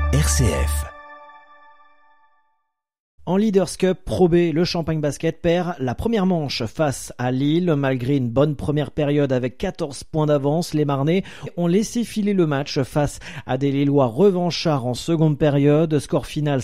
RCF. En Leaders Cup Pro B, le Champagne Basket perd la première manche face à Lille. Malgré une bonne première période avec 14 points d'avance, les Marnais ont laissé filer le match face à des Lillois revanchards en seconde période. Score final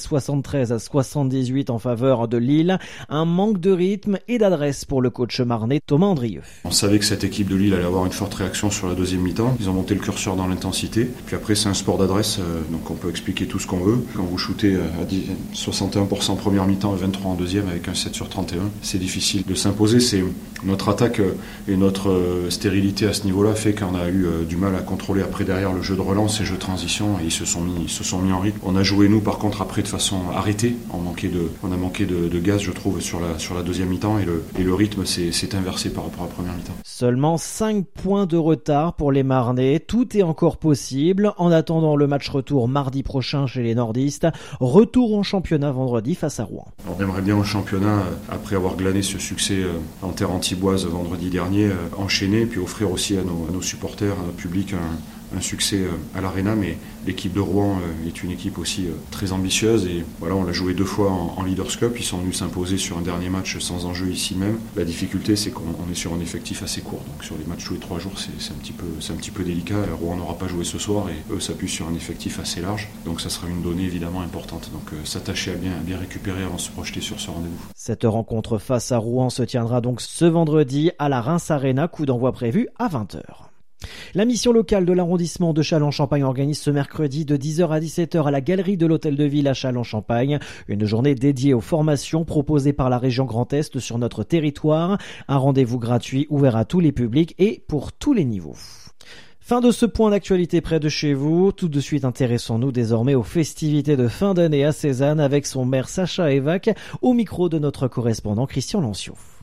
73-78 en faveur de Lille. Un manque de rythme et d'adresse pour le coach marnais Thomas Andrieux. On savait que cette équipe de Lille allait avoir une forte réaction sur la deuxième mi-temps. Ils ont monté le curseur dans l'intensité. Puis après, c'est un sport d'adresse, donc on peut expliquer tout ce qu'on veut. Quand vous shootez à 61% première mi-temps et 23 en deuxième avec un 7 sur 31, c'est difficile de s'imposer. C'est notre attaque et notre stérilité à ce niveau-là fait qu'on a eu du mal à contrôler après derrière le jeu de relance et le jeu de transition, et ils se sont mis en rythme. On a joué nous par contre après de façon arrêtée. On a manqué de gaz, je trouve, sur la deuxième mi-temps, et le rythme s'est inversé par rapport à la première mi-temps. Seulement 5 points de retard pour les Marnais. Tout est encore possible. En attendant le match retour mardi prochain chez les nordistes, retour en championnat vendredi face à Rouen. On aimerait bien au championnat, après avoir glané ce succès en terre antiboise vendredi dernier, enchaîner, puis offrir aussi à nos supporters, à notre public, un succès à l'Arena. Mais l'équipe de Rouen est une équipe aussi très ambitieuse, et voilà, on l'a joué 2 fois en Leaders Cup. Ils sont venus s'imposer sur un dernier match sans enjeu ici même. La difficulté, c'est qu'on est sur un effectif assez court, donc sur les matchs tous les 3 jours, c'est un petit peu délicat. Rouen n'aura pas joué ce soir et eux s'appuient sur un effectif assez large, donc ça sera une donnée évidemment importante. Donc s'attacher à bien récupérer avant de se projeter sur ce rendez-vous. Cette rencontre face à Rouen se tiendra donc ce vendredi à la Reims Arena, coup d'envoi prévu à 20h. La mission locale de l'arrondissement de Châlons-Champagne organise ce mercredi de 10h à 17h à la galerie de l'Hôtel de Ville à Châlons-Champagne une journée dédiée aux formations proposées par la région Grand Est sur notre territoire. Un rendez-vous gratuit ouvert à tous les publics et pour tous les niveaux. Fin de ce point d'actualité près de chez vous. Tout de suite, intéressons-nous désormais aux festivités de fin d'année à Cézanne avec son maire Sacha Evac au micro de notre correspondant Christian Lanciot.